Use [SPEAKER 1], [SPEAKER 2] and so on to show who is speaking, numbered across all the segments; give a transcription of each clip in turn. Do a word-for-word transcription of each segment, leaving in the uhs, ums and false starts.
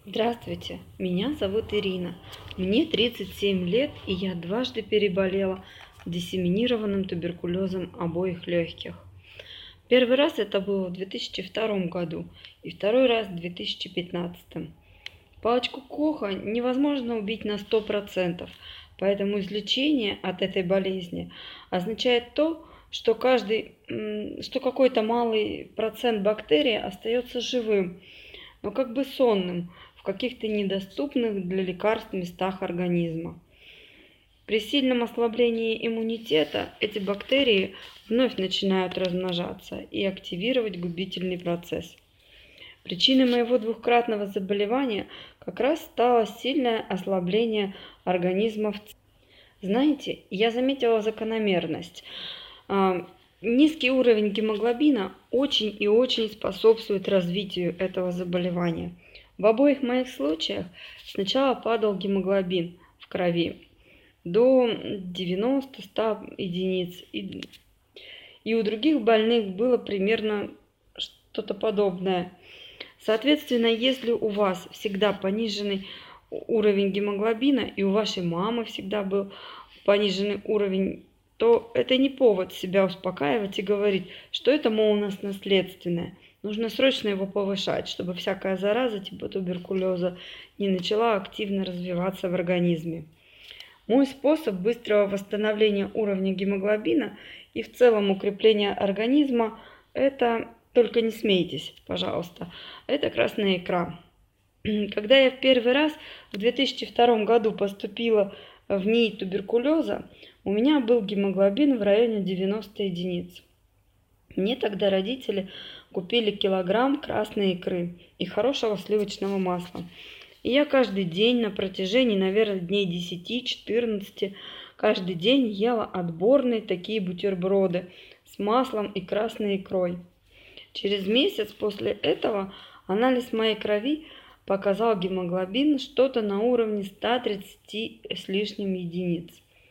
[SPEAKER 1] Здравствуйте, меня зовут Ирина. Мне тридцать семь лет, и я дважды переболела диссеминированным туберкулезом обоих легких. Первый раз это было в две тысячи втором году и второй раз в две тысячи пятнадцатом. Палочку Коха невозможно убить на сто процентов, поэтому излечение от этой болезни означает то, что, каждый, что какой-то малый процент бактерий остается живым, но как бы сонным в каких-то недоступных для лекарств местах организма. При сильном ослаблении иммунитета эти бактерии вновь начинают размножаться и активировать губительный процесс. Причиной моего двукратного заболевания как раз стало сильное ослабление организма в целом. Знаете, я заметила закономерность. Низкий уровень гемоглобина очень и очень способствует развитию этого заболевания. В обоих моих случаях сначала падал гемоглобин в крови до девяноста-ста единиц, и, и у других больных было примерно что-то подобное. Соответственно, если у вас всегда пониженный уровень гемоглобина и у вашей мамы всегда был пониженный уровень, то это не повод себя успокаивать и говорить, что это, мол, у нас наследственное. Нужно срочно его повышать, чтобы всякая зараза типа туберкулеза не начала активно развиваться в организме. Мой способ быстрого восстановления уровня гемоглобина и в целом укрепления организма – это, только не смейтесь, пожалуйста, это красная икра. Когда я в первый раз в две тысячи втором году поступила в НИИ туберкулеза, у меня был гемоглобин в районе девяноста единиц. Мне тогда родители купили килограмм красной икры и хорошего сливочного масла. И я каждый день на протяжении, наверное, дней десяти-четырнадцати, каждый день ела отборные такие бутерброды с маслом и красной икрой. Через месяц после этого анализ моей крови показал гемоглобин что-то на уровне ста тридцати с лишним единиц.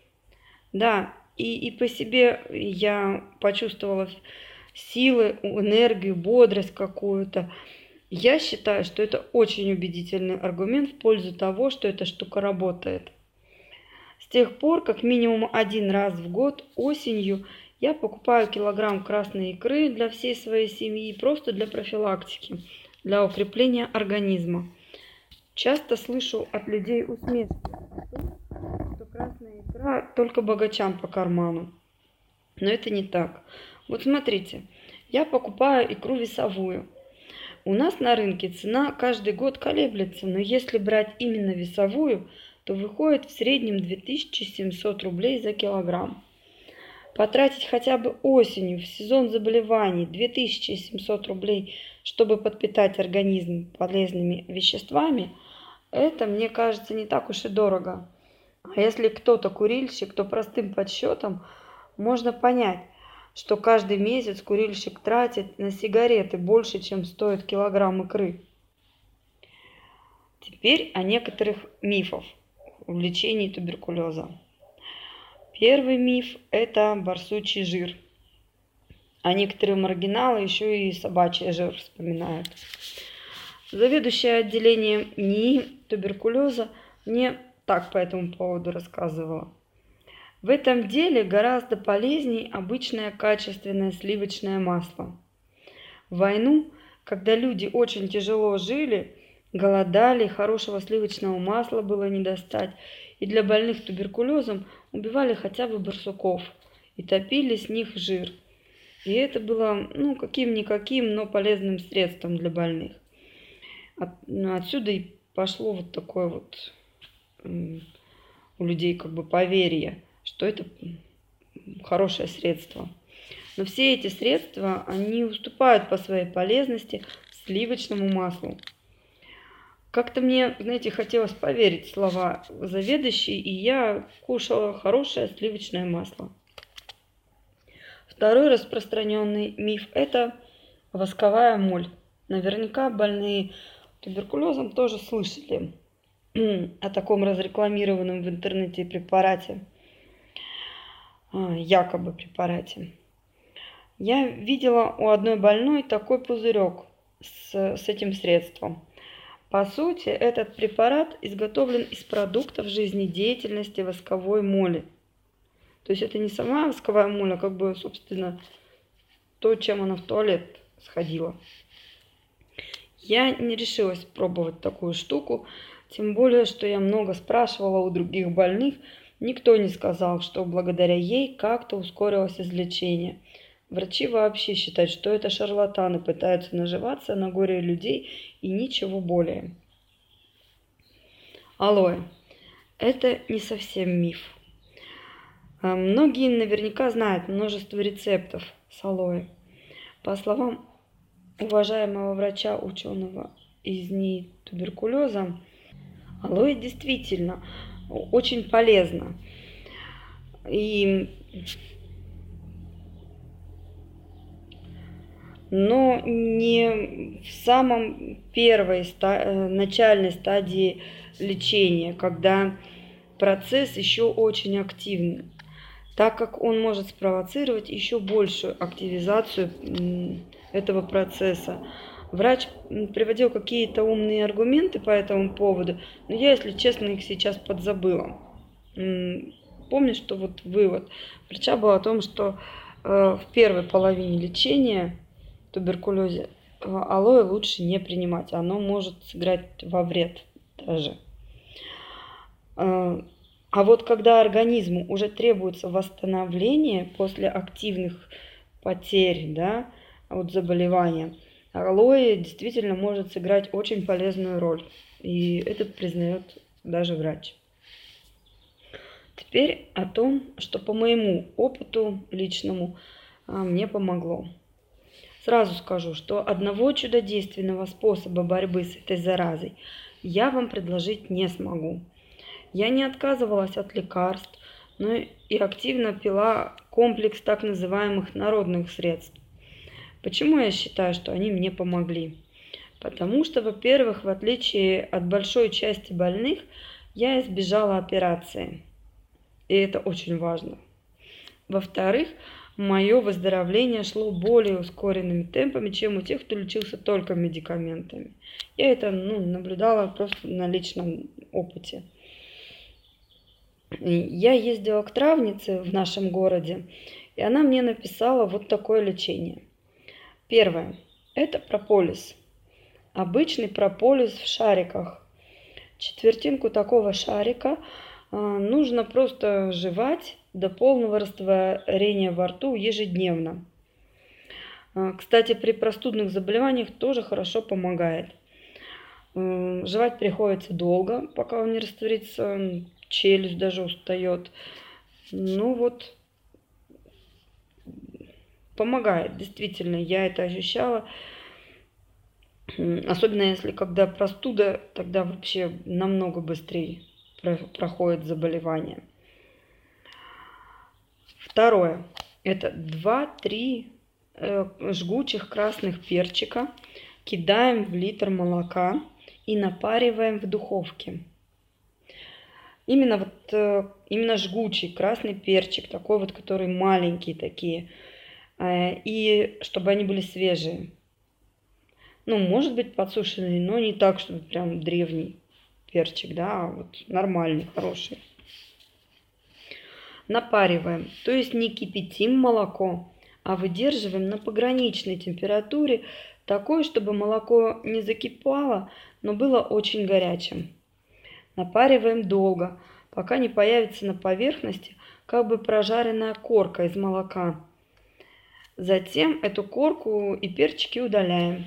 [SPEAKER 1] Да, и, и по себе я почувствовала силы, энергию, бодрость какую-то. Я считаю, что это очень убедительный аргумент в пользу того, что эта штука работает. С тех пор, как минимум один раз в год осенью я покупаю килограмм красной икры для всей своей семьи, просто для профилактики, для укрепления организма. Часто слышу от людей усмешки, что красная икра только богачам по карману. Но это не так. Вот смотрите, я покупаю икру весовую. У нас на рынке цена каждый год колеблется, но если брать именно весовую, то выходит в среднем две тысячи семьсот рублей за килограмм. Потратить хотя бы осенью в сезон заболеваний две тысячи семьсот рублей, чтобы подпитать организм полезными веществами, это, мне кажется, не так уж и дорого. А если кто-то курильщик, то простым подсчетом можно понять, что каждый месяц курильщик тратит на сигареты больше, чем стоит килограмм икры. Теперь о некоторых мифах в лечении туберкулеза. Первый миф – это барсучий жир. А некоторые маргиналы еще и собачий жир вспоминают. Заведующая отделением НИИ туберкулеза мне так по этому поводу рассказывала. В этом деле гораздо полезнее обычное качественное сливочное масло. В войну, когда люди очень тяжело жили, голодали, хорошего сливочного масла было не достать, и для больных туберкулезом убивали хотя бы барсуков и топили с них жир. И это было, ну, каким-никаким, но полезным средством для больных. От, ну, отсюда и пошло вот такое вот у людей как бы поверье, что это хорошее средство. Но все эти средства, они уступают по своей полезности сливочному маслу. Как-то мне, знаете, хотелось поверить в слова заведующей, и я кушала хорошее сливочное масло. Второй распространенный миф – это восковая моль. Наверняка больные туберкулезом тоже слышали о таком разрекламированном в интернете препарате, якобы препарате. Я видела у одной больной такой пузырек с, с этим средством. По сути, этот препарат изготовлен из продуктов жизнедеятельности восковой моли. То есть это не сама восковая моль, а как бы, собственно, то, чем она в туалет сходила. Я не решилась пробовать такую штуку, тем более, что я много спрашивала у других больных. Никто не сказал, что благодаря ей как-то ускорилось излечение. Врачи вообще считают, что это шарлатаны пытаются наживаться на горе людей и ничего более. Алоэ. Это не совсем миф. Многие наверняка знают множество рецептов с алоэ. По словам уважаемого врача-ученого из НИИ туберкулеза, алоэ действительно очень полезно. И... но не в самом первой ста... начальной стадии лечения, когда процесс еще очень активный, так как он может спровоцировать еще большую активизацию этого процесса. Врач приводил какие-то умные аргументы по этому поводу, но я, если честно, их сейчас подзабыла. Помню, что вот вывод врача был о том, что в первой половине лечения туберкулеза алоэ лучше не принимать, оно может сыграть во вред даже. А вот когда организму уже требуется восстановление после активных потерь, да, от заболевания, алоэ действительно может сыграть очень полезную роль. И это признает даже врач. Теперь о том, что по моему опыту личному мне помогло. Сразу скажу, что одного чудодейственного способа борьбы с этой заразой я вам предложить не смогу. Я не отказывалась от лекарств, но и активно пила комплекс так называемых народных средств. Почему я считаю, что они мне помогли? Потому что, во-первых, в отличие от большой части больных, я избежала операции. И это очень важно. Во-вторых, мое выздоровление шло более ускоренными темпами, чем у тех, кто лечился только медикаментами. Я это ну, наблюдала просто на личном опыте. Я ездила к травнице в нашем городе, и она мне написала вот такое лечение. Первое. Это прополис. Обычный прополис в шариках. Четвертинку такого шарика э, нужно просто жевать до полного растворения во рту ежедневно. Э, кстати, при простудных заболеваниях тоже хорошо помогает. Э, жевать приходится долго, пока он не растворится, челюсть даже устает. Ну вот... помогает, действительно, я это ощущала. Особенно если когда простуда, тогда вообще намного быстрее проходит заболевание. Второе. Это два-три жгучих красных перчика. Кидаем в литр молока и напариваем в духовке. Именно, вот, именно жгучий красный перчик, такой вот, который маленькие такие. И чтобы они были свежие. Ну, может быть, подсушенные, но не так, чтобы прям древний перчик, да, а вот нормальный, хороший. Напариваем, то есть не кипятим молоко, а выдерживаем на пограничной температуре, такой, чтобы молоко не закипало, но было очень горячим. Напариваем долго, пока не появится на поверхности как бы прожаренная корка из молока. Затем эту корку и перчики удаляем.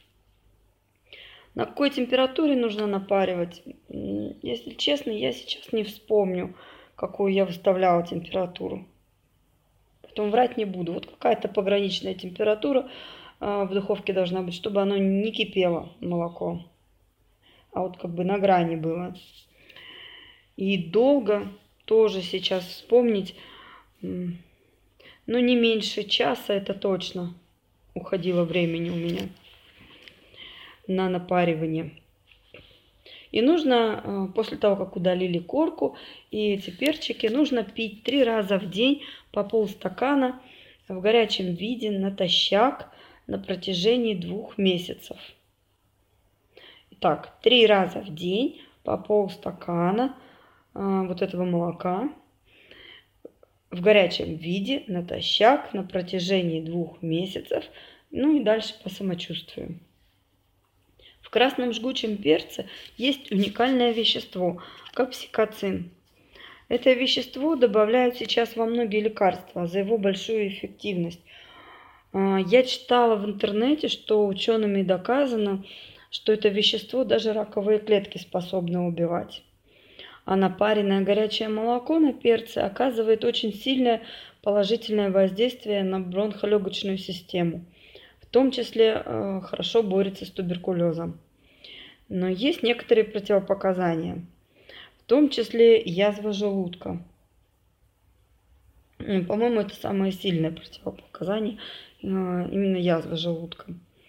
[SPEAKER 1] На какой температуре нужно напаривать? Если честно, я сейчас не вспомню, какую я выставляла температуру. Потом врать не буду. Вот какая-то пограничная температура в духовке должна быть, чтобы оно не кипело, молоко. А вот как бы на грани было. И долго тоже сейчас вспомнить... Ну, не меньше часа, это точно, уходило времени у меня на напаривание. И нужно, после того, как удалили корку и эти перчики, нужно пить три раза в день по полстакана в горячем виде натощак на протяжении двух месяцев. так, три раза в день по полстакана а, вот этого молока в горячем виде натощак на протяжении двух месяцев, ну и дальше по самочувствию. В красном жгучем перце есть уникальное вещество – капсикацин. Это вещество добавляют сейчас во многие лекарства за его большую эффективность. Я читала в интернете, что учеными доказано, что это вещество даже раковые клетки способно убивать. А напаренное горячее молоко на перце оказывает очень сильное положительное воздействие на бронхолегочную систему. В том числе э, хорошо борется с туберкулезом. Но есть некоторые противопоказания, в том числе язва желудка. По-моему, это самое сильное противопоказание, э, именно язва желудка.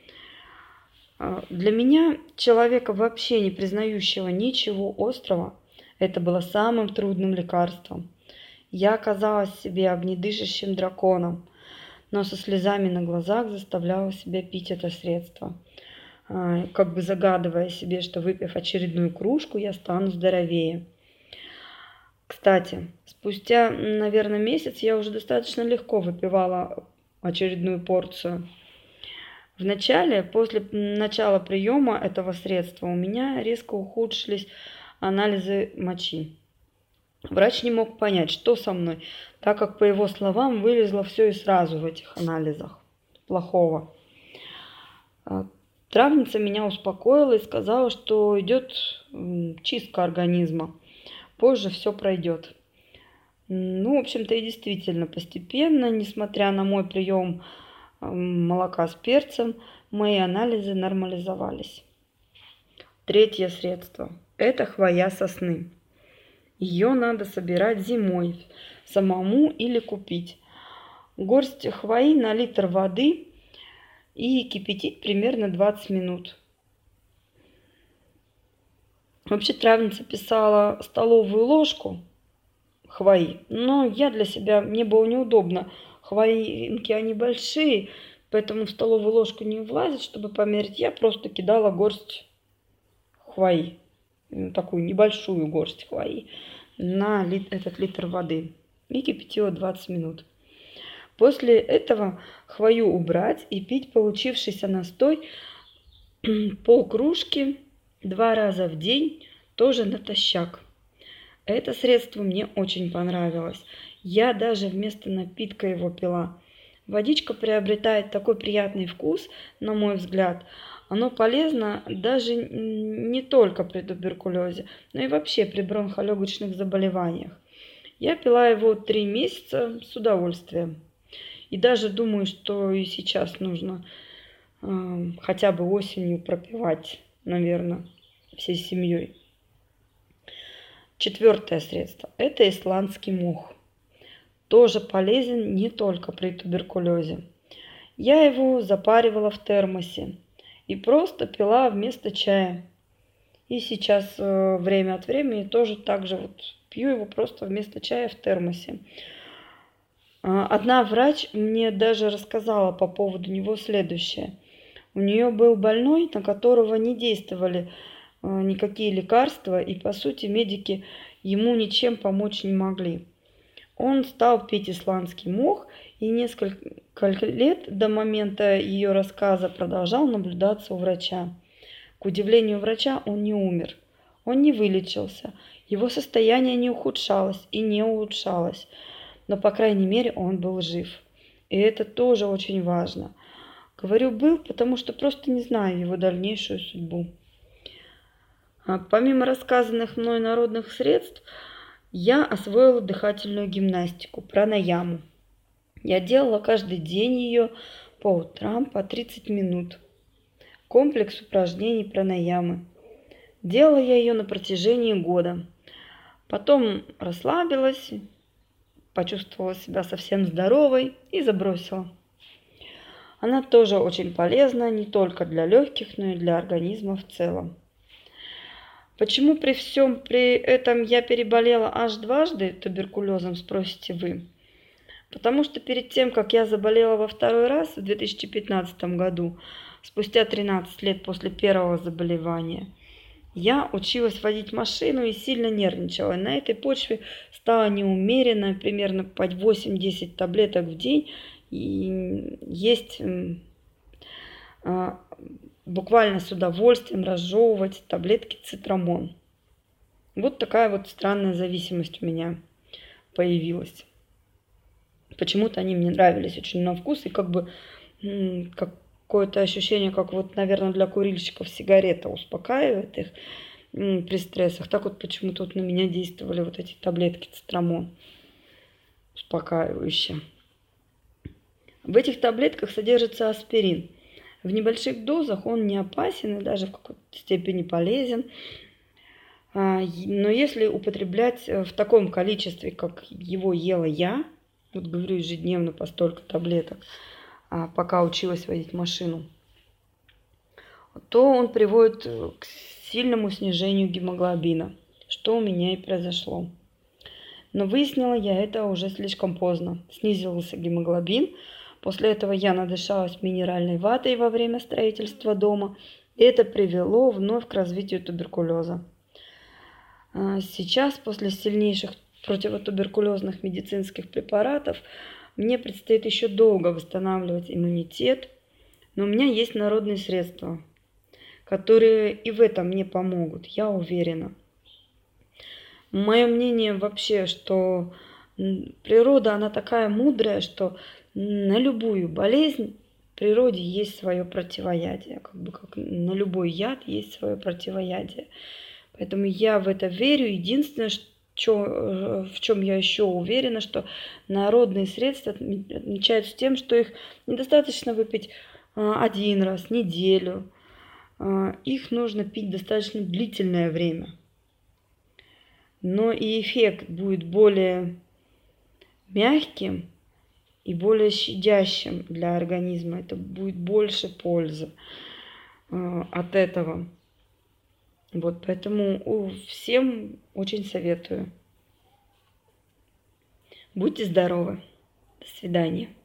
[SPEAKER 1] Для меня, человека вообще не признающего ничего острого, это было самым трудным лекарством. Я оказалась себе огнедышащим драконом, но со слезами на глазах заставляла себя пить это средство, как бы загадывая себе, что выпив очередную кружку, я стану здоровее. Кстати, спустя, наверное, месяц я уже достаточно легко выпивала очередную порцию. Вначале, после начала приема этого средства, у меня резко ухудшились анализы мочи. Врач не мог понять, что со мной, так как, по его словам, вылезло все и сразу в этих анализах плохого. Травница меня успокоила и сказала, что идет чистка организма. Позже все пройдет. Ну, в общем-то, и действительно, постепенно, несмотря на мой прием молока с перцем, мои анализы нормализовались. Третье средство – это хвоя сосны. Ее надо собирать зимой, самому или купить. Горсть хвои на литр воды и кипятить примерно двадцать минут. Вообще травница писала столовую ложку хвои, но я для себя, мне было неудобно. Хвоинки, они большие, поэтому в столовую ложку не влазит, чтобы померить. Я просто кидала горсть хвои, такую небольшую горсть хвои, на лит, этот литр воды и кипятила двадцать минут. После этого хвою убрать и пить получившийся настой полкружки два раза в день, тоже натощак. Это средство мне очень понравилось. Я даже вместо напитка его пила. Водичка приобретает такой приятный вкус, на мой взгляд. Оно полезно даже не только при туберкулезе, но и вообще при бронхолегочных заболеваниях. Я пила его три месяца с удовольствием. И даже думаю, что и сейчас нужно э, хотя бы осенью пропивать, наверное, всей семьей. Четвертое средство – это исландский мох. Тоже полезен не только при туберкулезе. Я его запаривала в термосе и просто пила вместо чая. И сейчас э, время от времени тоже так же вот пью его просто вместо чая в термосе. Одна врач мне даже рассказала по поводу него следующее. У нее был больной, на которого не действовали никакие лекарства, и по сути медики ему ничем помочь не могли. Он стал пить исландский мох и несколько лет до момента ее рассказа продолжал наблюдаться у врача. К удивлению врача, он не умер, он не вылечился, его состояние не ухудшалось и не улучшалось. Но, по крайней мере, он был жив. И это тоже очень важно. Говорю «был», потому что просто не знаю его дальнейшую судьбу. Помимо рассказанных мной народных средств, я освоила дыхательную гимнастику, пранаяму. Я делала каждый день ее по утрам по тридцать минут. Комплекс упражнений пранаямы. Делала я ее на протяжении года. Потом расслабилась, почувствовала себя совсем здоровой и забросила. Она тоже очень полезна не только для легких, но и для организма в целом. Почему при всем при этом я переболела аж дважды туберкулезом, спросите вы? Потому что перед тем, как я заболела во второй раз в две тысячи пятнадцатом году, спустя тринадцать лет после первого заболевания, я училась водить машину и сильно нервничала. На этой почве стала неумеренно, примерно по восемь-десять таблеток в день. И есть а, буквально с удовольствием разжевывать таблетки цитрамон. Вот такая вот странная зависимость у меня появилась. Почему-то они мне нравились очень на вкус, и как бы какое-то ощущение, как вот, наверное, для курильщиков сигарета успокаивает их при стрессах. Так вот почему-то вот на меня действовали вот эти таблетки цитрамон успокаивающие. В этих таблетках содержится аспирин. В небольших дозах он не опасен и даже в какой-то степени полезен. Но если употреблять в таком количестве, как его ела я, вот говорю, ежедневно по столько таблеток, пока училась водить машину, то он приводит к сильному снижению гемоглобина, что у меня и произошло. Но выяснила я это уже слишком поздно. Снизился гемоглобин. После этого я надышалась минеральной ватой во время строительства дома. И это привело вновь к развитию туберкулеза. Сейчас, после сильнейших противотуберкулезных медицинских препаратов, мне предстоит еще долго восстанавливать иммунитет. Но у меня есть народные средства, которые и в этом мне помогут, я уверена. Мое мнение вообще, что природа, она такая мудрая, что на любую болезнь в природе есть свое противоядие. Как бы как на любой яд есть свое противоядие. Поэтому я в это верю. Единственное, что, в чем я еще уверена, что народные средства отличаются тем, что их недостаточно выпить один раз в неделю. Их нужно пить достаточно длительное время. Но и эффект будет более мягким и более щадящим для организма. Это будет больше пользы от этого. Вот, поэтому всем очень советую. Будьте здоровы. До свидания.